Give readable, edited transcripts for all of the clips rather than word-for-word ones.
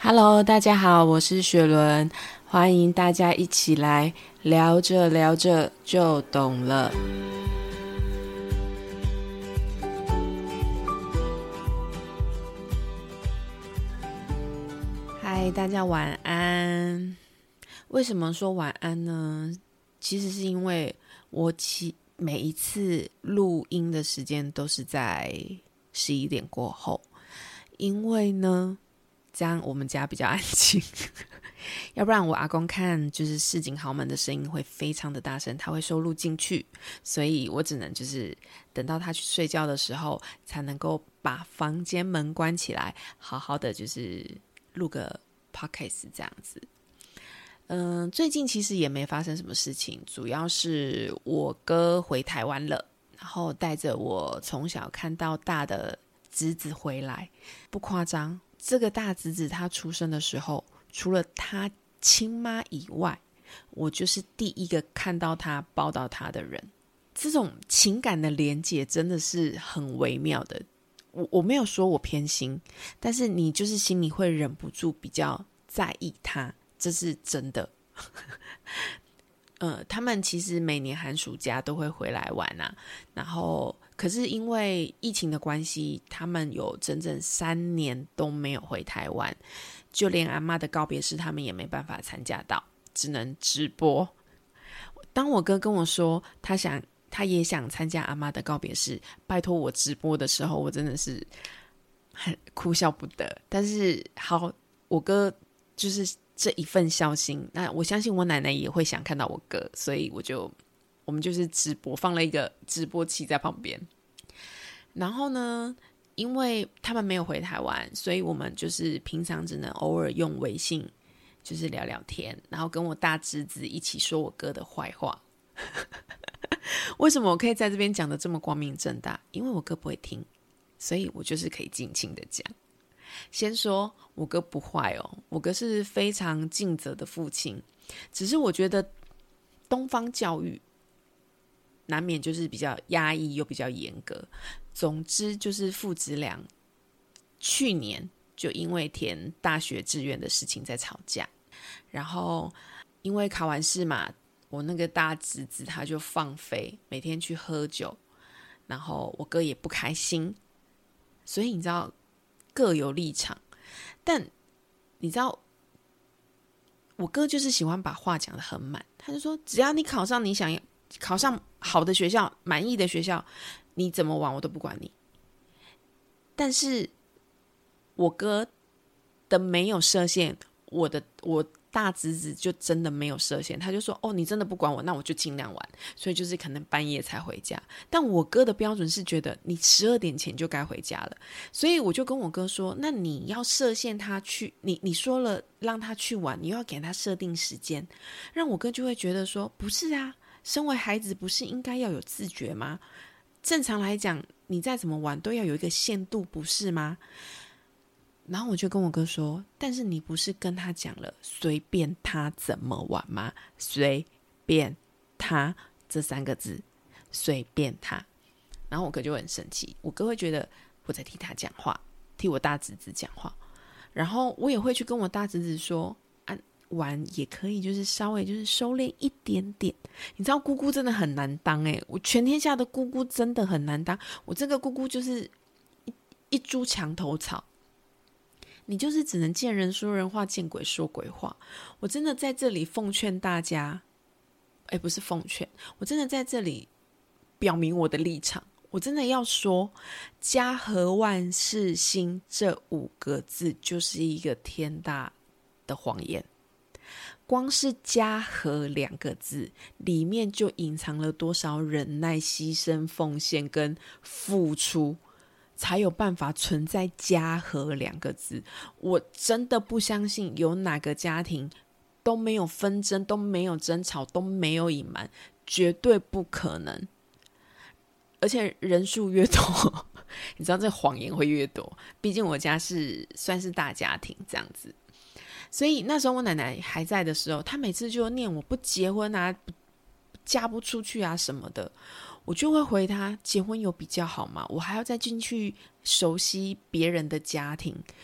Hello，大家好，我是雪伦，欢迎大家一起来聊着聊着就懂了。嗨，大家晚安。为什么说晚安呢？其实是因为我每一次录音的时间都是在11点过后，因为呢这样我们家比较安静要不然我阿公看就是市井豪门的声音会非常的大声，他会收录进去，所以我只能就是等到他去睡觉的时候才能够把房间门关起来，好好的就是录个 podcast 这样子。最近其实也没发生什么事情，主要是我哥回台湾了，然后带着我从小看到大的侄子回来。不夸张，这个大侄子他出生的时候，除了他亲妈以外，我就是第一个看到他抱到他的人。这种情感的连结真的是很微妙的。我没有说我偏心，但是你就是心里会忍不住比较在意他，这是真的他们其实每年寒暑假都会回来玩啊，然后可是因为疫情的关系，他们有整整3年都没有回台湾，就连阿嬷的告别式他们也没办法参加到，只能直播。当我哥跟我说他也想参加阿嬷的告别式，拜托我直播的时候，我真的是很哭笑不得。但是好，我哥就是这一份孝心，那我相信我奶奶也会想看到我哥，所以我们就是直播，放了一个直播器在旁边。然后呢，因为他们没有回台湾，所以我们就是平常只能偶尔用微信就是聊聊天，然后跟我大侄子一起说我哥的坏话为什么我可以在这边讲的这么光明正大？因为我哥不会听，所以我就是可以尽情的讲。先说我哥不坏哦，我哥是非常尽责的父亲，只是我觉得东方教育难免就是比较压抑又比较严格。总之就是父子俩去年就因为填大学志愿的事情在吵架，然后因为考完试嘛，我那个大侄子他就放飞，每天去喝酒，然后我哥也不开心，所以你知道各有立场。但你知道我哥就是喜欢把话讲得很满，他就说只要你考上你想要考上好的学校，满意的学校，你怎么玩我都不管你。但是我哥的没有设限，我大侄子就真的没有设限，他就说你真的不管我，那我就尽量玩，所以就是可能半夜才回家。但我哥的标准是觉得你12点前就该回家了，所以我就跟我哥说，那你要设限他去，你说了让他去玩，你又要给他设定时间，让我哥就会觉得说不是啊，身为孩子不是应该要有自觉吗？正常来讲你再怎么玩都要有一个限度，不是吗？然后我就跟我哥说，但是你不是跟他讲了随便他怎么玩吗？随便他这3个字，随便他。然后我哥就会很生气，我哥会觉得我在替他讲话，替我大侄子讲话。然后我也会去跟我大侄子说玩也可以就是稍微就是收敛一点点。你知道姑姑真的很难当我全天下的姑姑真的很难当，我这个姑姑就是一株墙头草，你就是只能见人说人话，见鬼说鬼话。我真的在这里奉劝大家，不是奉劝，我真的在这里表明我的立场。我真的要说，家和万事兴这5个字就是一个天大的谎言。光是家和2个字里面就隐藏了多少忍耐、牺牲、奉献跟付出，才有办法存在家和2个字。我真的不相信有哪个家庭都没有纷争，都没有争吵，都没有隐瞒，绝对不可能。而且人数越多你知道这谎言会越多，毕竟我家算是大家庭这样子。所以那时候我奶奶还在的时候，她每次就念我不结婚啊，嫁不出去啊什么的，我就会回她，结婚有比较好吗？我还要再进去熟悉别人的家庭，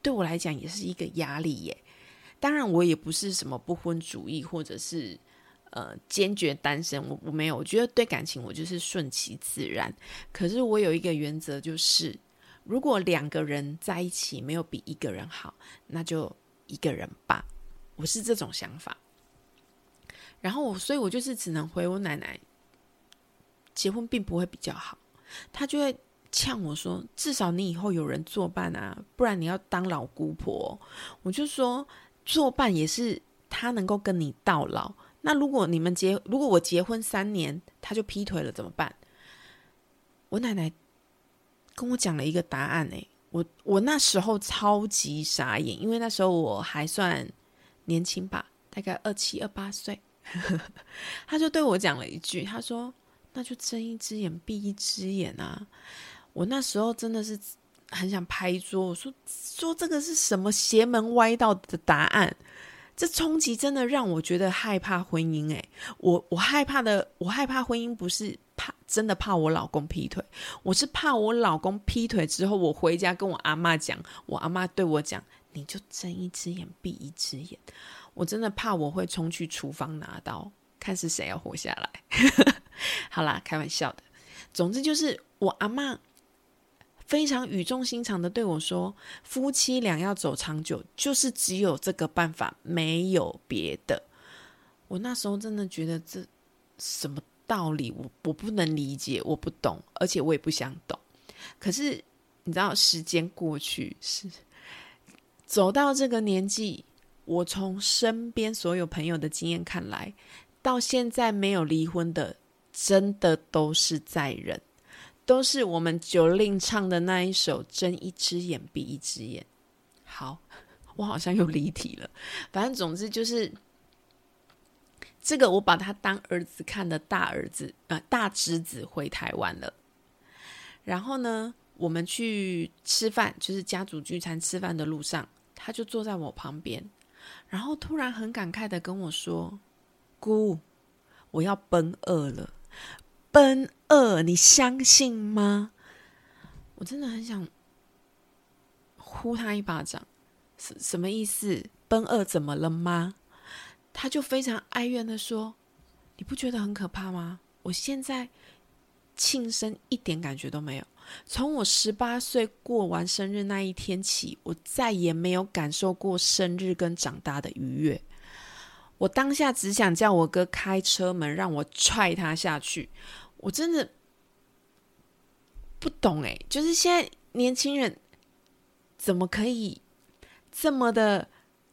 对我来讲也是一个压力耶。当然我也不是什么不婚主义或者是坚决单身，我没有，我觉得对感情我就是顺其自然。可是我有一个原则，就是如果2个人在一起没有比1个人好，那就1个人吧，我是这种想法。然后所以我就是只能回我奶奶，结婚并不会比较好，她就会呛我说至少你以后有人作伴啊，不然你要当老姑婆。我就说作伴也是他能够跟你到老，那如果我结婚3年他就劈腿了怎么办？我奶奶跟我讲了一个答案我那时候超级傻眼，因为那时候我还算年轻吧，大概27、28岁他就对我讲了一句，他说那就睁一只眼闭一只眼啊。我那时候真的是很想拍桌，我说这个是什么邪门歪道的答案？这冲击真的让我觉得害怕婚姻我害怕婚姻不是真的怕我老公劈腿，我是怕我老公劈腿之后，我回家跟我阿嬷讲，我阿嬷对我讲，你就睁一只眼闭一只眼。我真的怕我会冲去厨房拿刀，看是谁要活下来好啦，开玩笑的。总之就是我阿嬷非常语重心长的对我说，夫妻俩要走长久，就是只有这个办法，没有别的。我那时候真的觉得这什么道理，我不能理解，我不懂，而且我也不想懂。可是你知道时间过去，是走到这个年纪，我从身边所有朋友的经验看来，到现在没有离婚的真的都是在忍，都是我们九令唱的那一首睁一只眼闭一只眼。好，我好像又离题了，反正总之就是这个我把他当儿子看的大侄子回台湾了。然后呢，我们去吃饭，就是家族聚餐吃饭的路上，他就坐在我旁边，然后突然很感慨的跟我说，姑，我要奔2了，奔2，你相信吗？我真的很想呼他一巴掌，什么意思？奔2怎么了吗？他就非常哀怨的说，你不觉得很可怕吗？我现在庆生一点感觉都没有，从我18岁过完生日那一天起，我再也没有感受过生日跟长大的愉悦。我当下只想叫我哥开车门让我踹他下去。我真的不懂就是现在年轻人怎么可以这么的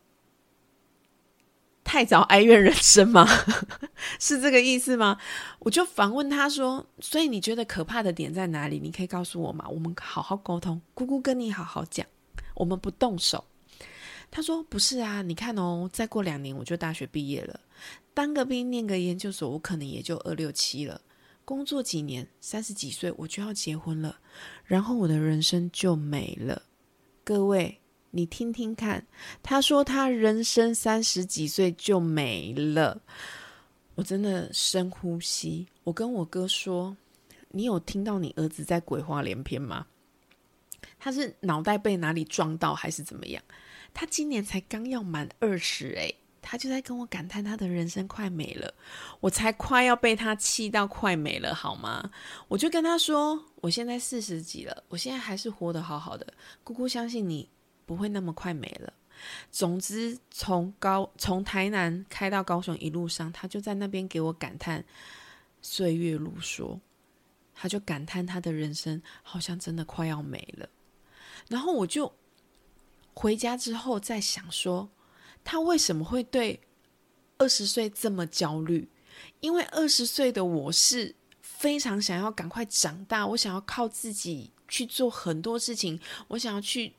太早哀怨人生吗？是这个意思吗？我就反问他说，所以你觉得可怕的点在哪里？你可以告诉我吗？我们好好沟通，姑姑跟你好好讲，我们不动手。他说不是啊，你看再过2年我就大学毕业了，当个兵念个研究所，我可能也就26、27了，工作几年30几岁我就要结婚了，然后我的人生就没了。各位你听听看，他说他人生30几岁就没了。我真的深呼吸，我跟我哥说，你有听到你儿子在鬼话连篇吗？他是脑袋被哪里撞到还是怎么样？他今年才刚要满20他就在跟我感叹他的人生快没了，我才快要被他气到快没了好吗？我就跟他说，我现在40几了，我现在还是活得好好的，姑姑相信你不会那么快没了。总之从台南开到高雄一路上，他就在那边给我感叹岁月如梭，他就感叹他的人生好像真的快要没了。然后我就回家之后在想说，他为什么会对20岁这么焦虑？因为20岁的我是非常想要赶快长大，我想要靠自己去做很多事情，我想要去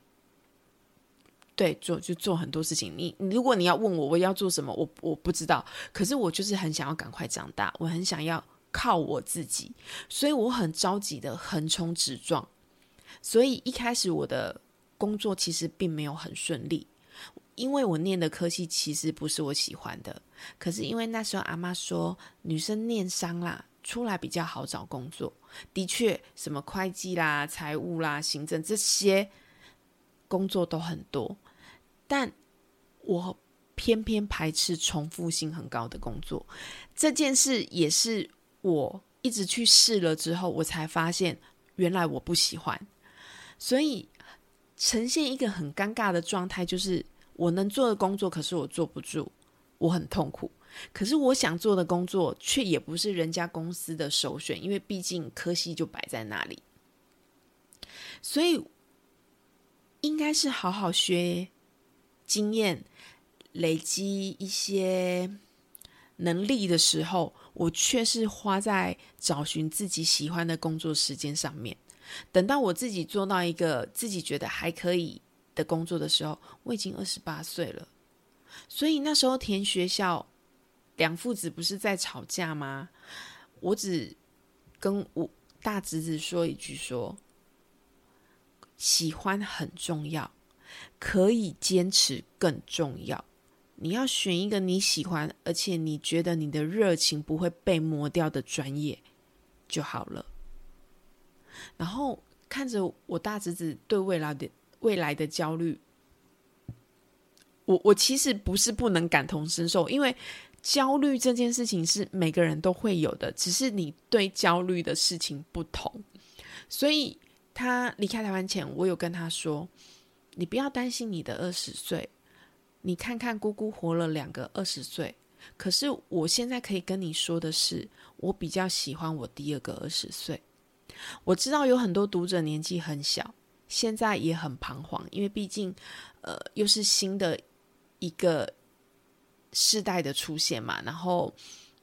做很多事情。你如果你要问我要做什么，我不知道，可是我就是很想要赶快长大，我很想要靠我自己，所以我很着急的横冲直撞。所以一开始我的工作其实并没有很顺利，因为我念的科系其实不是我喜欢的，可是因为那时候阿嬷说女生念商啦出来比较好找工作，的确什么会计啦财务啦行政这些工作都很多，但我偏偏排斥重复性很高的工作。这件事也是我一直去试了之后，我才发现原来我不喜欢。所以呈现一个很尴尬的状态，就是我能做的工作，可是我做不住，我很痛苦。可是我想做的工作，却也不是人家公司的首选，因为毕竟科系就摆在那里。所以应该是好好学经验，累积一些能力的时候，我却是花在找寻自己喜欢的工作时间上面。等到我自己做到一个自己觉得还可以的工作的时候，我已经28岁了。所以那时候填学校，两父子不是在吵架吗？我只跟我大侄子说一句说，喜欢很重要，可以坚持更重要。你要选一个你喜欢，而且你觉得你的热情不会被磨掉的专业就好了。然后看着我大侄子对未来的焦虑，我其实不是不能感同身受，因为焦虑这件事情是每个人都会有的，只是你对焦虑的事情不同。所以他离开台湾前，我有跟他说，你不要担心你的20岁，你看看姑姑活了2个20岁，可是我现在可以跟你说的是，我比较喜欢我第2个20岁。我知道有很多读者年纪很小，现在也很彷徨，因为毕竟又是新的一个世代的出现嘛，然后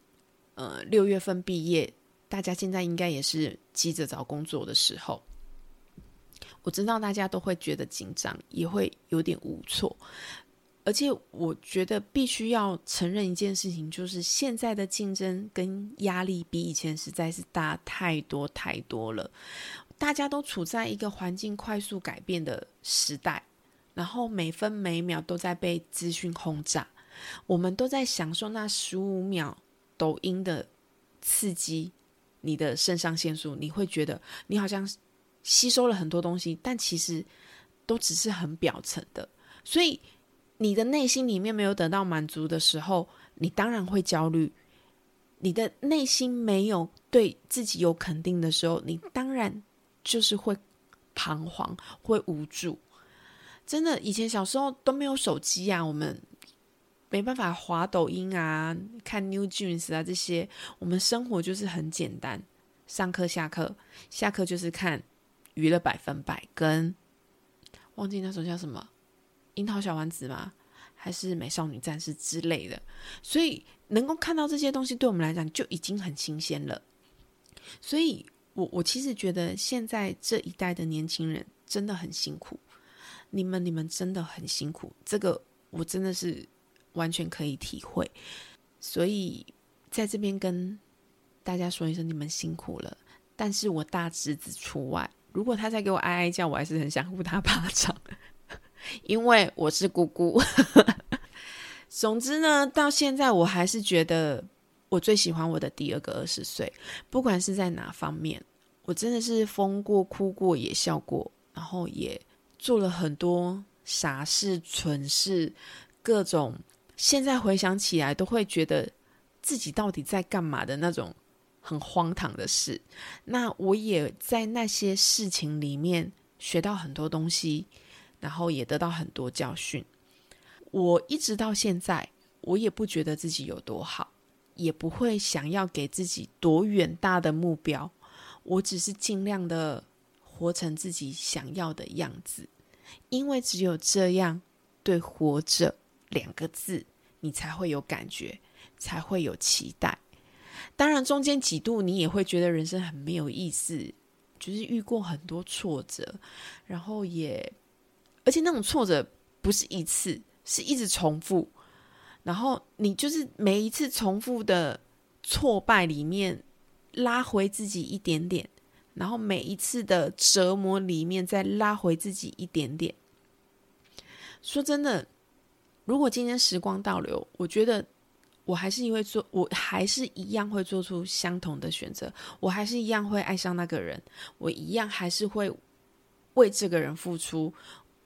6月份毕业，大家现在应该也是急着找工作的时候。我知道大家都会觉得紧张，也会有点无措，而且我觉得必须要承认一件事情，就是现在的竞争跟压力比以前实在是大太多太多了。大家都处在一个环境快速改变的时代，然后每分每秒都在被资讯轰炸，我们都在享受那15秒抖音的刺激你的肾上腺素，你会觉得你好像吸收了很多东西，但其实都只是很表层的。所以你的内心里面没有得到满足的时候，你当然会焦虑。你的内心没有对自己有肯定的时候，你当然就是会彷徨，会无助。真的，以前小时候都没有手机啊，我们没办法滑抖音啊，看 New Jeans 啊这些，我们生活就是很简单，上课下课，下课就是看娱乐100%跟忘记那时候叫什么樱桃小丸子吗？还是美少女战士之类的。所以能够看到这些东西对我们来讲就已经很新鲜了。所以我其实觉得现在这一代的年轻人真的很辛苦，你们真的很辛苦，这个我真的是完全可以体会。所以在这边跟大家说一声，你们辛苦了。但是我大侄子除外，如果他再给我哀哀叫，我还是很想呼他巴掌因为我是姑姑总之呢，到现在我还是觉得我最喜欢我的第2个20岁，不管是在哪方面，我真的是疯过哭过也笑过，然后也做了很多傻事蠢事，各种现在回想起来都会觉得自己到底在干嘛的那种很荒唐的事。那我也在那些事情里面学到很多东西，然后也得到很多教训。我一直到现在，我也不觉得自己有多好，也不会想要给自己多远大的目标，我只是尽量的活成自己想要的样子。因为只有这样，对活着2个字你才会有感觉，才会有期待。当然中间几度你也会觉得人生很没有意思，就是遇过很多挫折，然后而且那种挫折不是一次，是一直重复，然后你就是每一次重复的挫败里面拉回自己一点点，然后每一次的折磨里面再拉回自己一点点。说真的，如果今天时光倒流，我觉得我还是一样会做出相同的选择，我还是一样会爱上那个人，我一样还是会为这个人付出，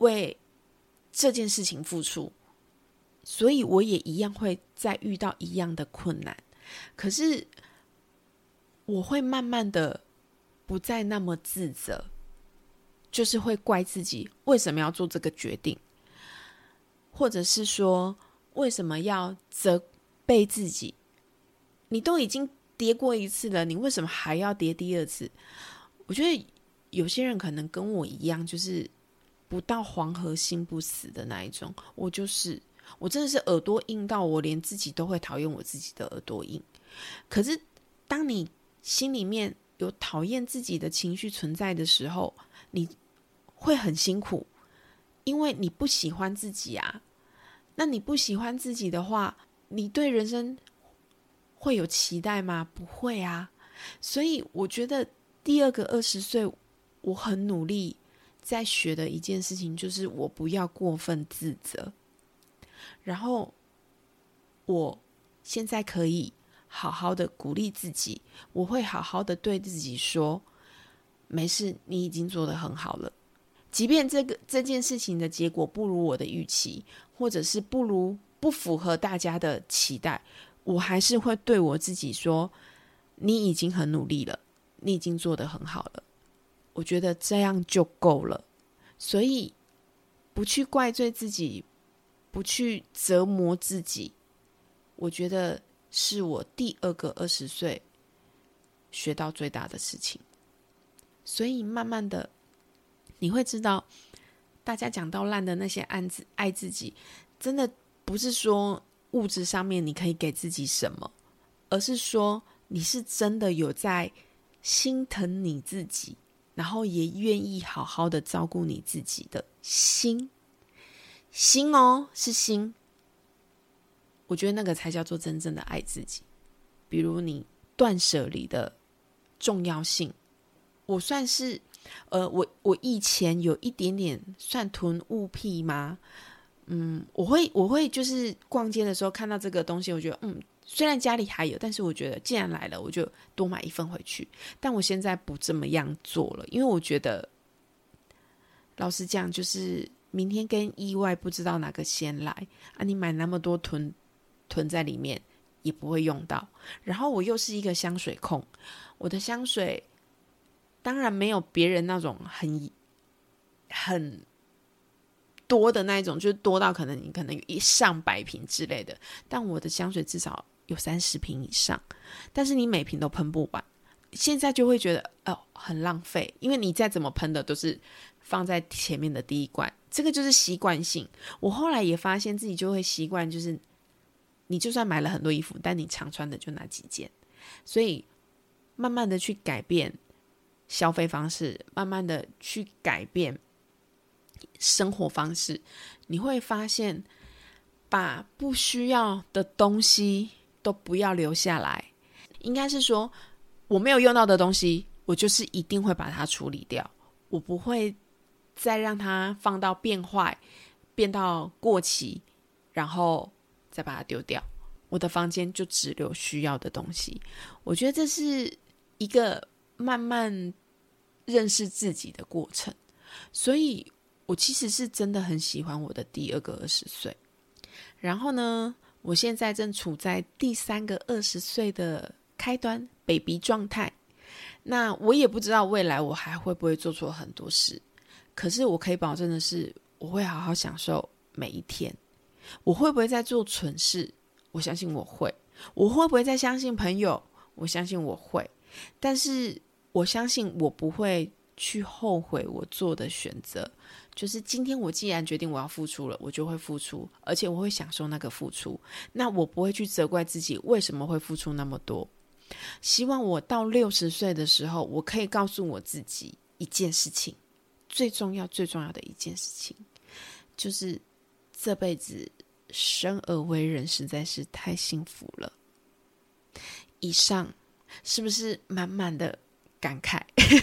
为这件事情付出，所以我也一样会再遇到一样的困难。可是我会慢慢的不再那么自责，就是会怪自己为什么要做这个决定，或者是说为什么要责备自己，你都已经跌过一次了，你为什么还要跌第二次？我觉得有些人可能跟我一样，就是不到黄河心不死的那一种。我真的是耳朵硬到我连自己都会讨厌我自己的耳朵硬。可是当你心里面有讨厌自己的情绪存在的时候，你会很辛苦，因为你不喜欢自己啊。那你不喜欢自己的话，你对人生会有期待吗？不会啊。所以我觉得第二个20岁，我很努力在学的一件事情，就是我不要过分自责。然后我现在可以好好的鼓励自己，我会好好的对自己说，没事，你已经做得很好了。即便这件事情的结果不如我的预期，或者是不符合大家的期待，我还是会对我自己说，你已经很努力了，你已经做得很好了。我觉得这样就够了。所以不去怪罪自己，不去折磨自己，我觉得是我第二个20岁学到最大的事情。所以慢慢的你会知道，大家讲到烂的那些爱自己，真的不是说物质上面你可以给自己什么，而是说你是真的有在心疼你自己，然后也愿意好好的照顾你自己的心哦，是心。我觉得那个才叫做真正的爱自己。比如你断舍离的重要性，我算是我以前有一点点算囤物癖吗？我会就是逛街的时候看到这个东西，我觉得虽然家里还有，但是我觉得既然来了，我就多买一份回去。但我现在不这么样做了，因为我觉得老实讲，就是明天跟意外不知道哪个先来啊！你买那么多囤在里面也不会用到。然后我又是一个香水控，我的香水当然没有别人那种很多的那一种，就是多到你可能有上百瓶之类的，但我的香水至少有30瓶以上，但是你每瓶都喷不完。现在就会觉得很浪费，因为你再怎么喷的都是放在前面的第一罐，这个就是习惯性。我后来也发现自己就会习惯，就是你就算买了很多衣服，但你常穿的就那几件，所以慢慢的去改变消费方式，慢慢的去改变生活方式，你会发现把不需要的东西都不要留下来。应该是说我没有用到的东西，我就是一定会把它处理掉，我不会再让它放到变坏，变到过期，然后再把它丢掉。我的房间就只留需要的东西。我觉得这是一个慢慢认识自己的过程，所以我其实是真的很喜欢我的第二个20岁。然后呢，我现在正处在第3个20岁的开端 baby 状态。那我也不知道未来我还会不会做错很多事，可是我可以保证的是，我会好好享受每一天。我会不会在做蠢事？我相信我会。我会不会再相信朋友？我相信我会。但是我相信我不会去后悔我做的选择，就是今天我既然决定我要付出了，我就会付出，而且我会享受那个付出。那我不会去责怪自己为什么会付出那么多。希望我到60岁的时候，我可以告诉我自己一件事情，最重要的一件事情，就是这辈子生而为人实在是太幸福了。以上是不是满满的感慨？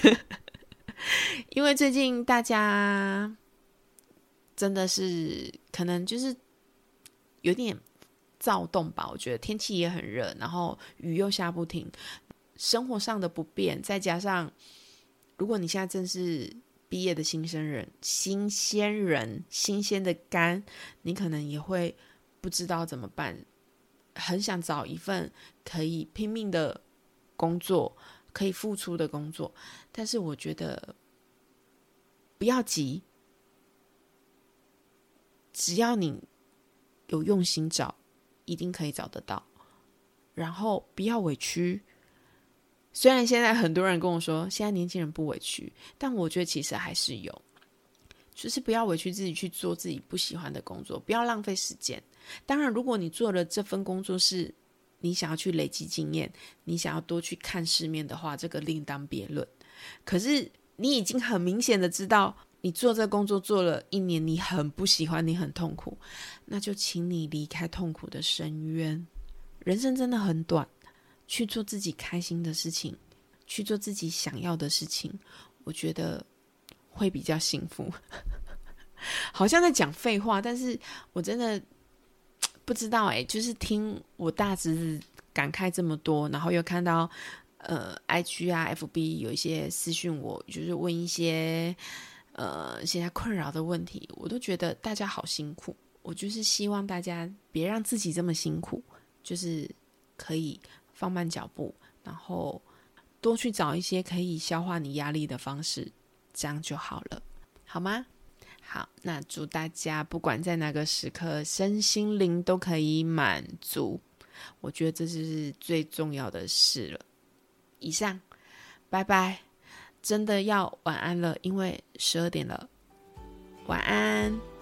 因为最近大家真的是可能就是有点躁动吧，我觉得天气也很热，然后雨又下不停，生活上的不便，再加上如果你现在正是毕业的新鲜人，新鲜的肝，你可能也会不知道怎么办，很想找一份可以拼命的工作，可以付出的工作，但是我觉得不要急，只要你有用心找，一定可以找得到。然后不要委屈，虽然现在很多人跟我说现在年轻人不委屈，但我觉得其实还是有，就是不要委屈自己去做自己不喜欢的工作，不要浪费时间。当然如果你做了这份工作是你想要去累积经验，你想要多去看世面的话，这个另当别论。可是你已经很明显的知道你做这个工作做了1年，你很不喜欢，你很痛苦，那就请你离开痛苦的深渊。人生真的很短，去做自己开心的事情，去做自己想要的事情，我觉得会比较幸福。好像在讲废话，但是我真的不知道就是听我大侄子感慨这么多，然后又看到IG 啊 FB 有一些私讯我，就是问一些现在困扰的问题，我都觉得大家好辛苦。我就是希望大家别让自己这么辛苦，就是可以放慢脚步，然后多去找一些可以消化你压力的方式，这样就好了，好吗？好，那祝大家不管在哪个时刻，身心灵都可以满足，我觉得这就是最重要的事了。以上，拜拜，真的要晚安了，因为12点了，晚安。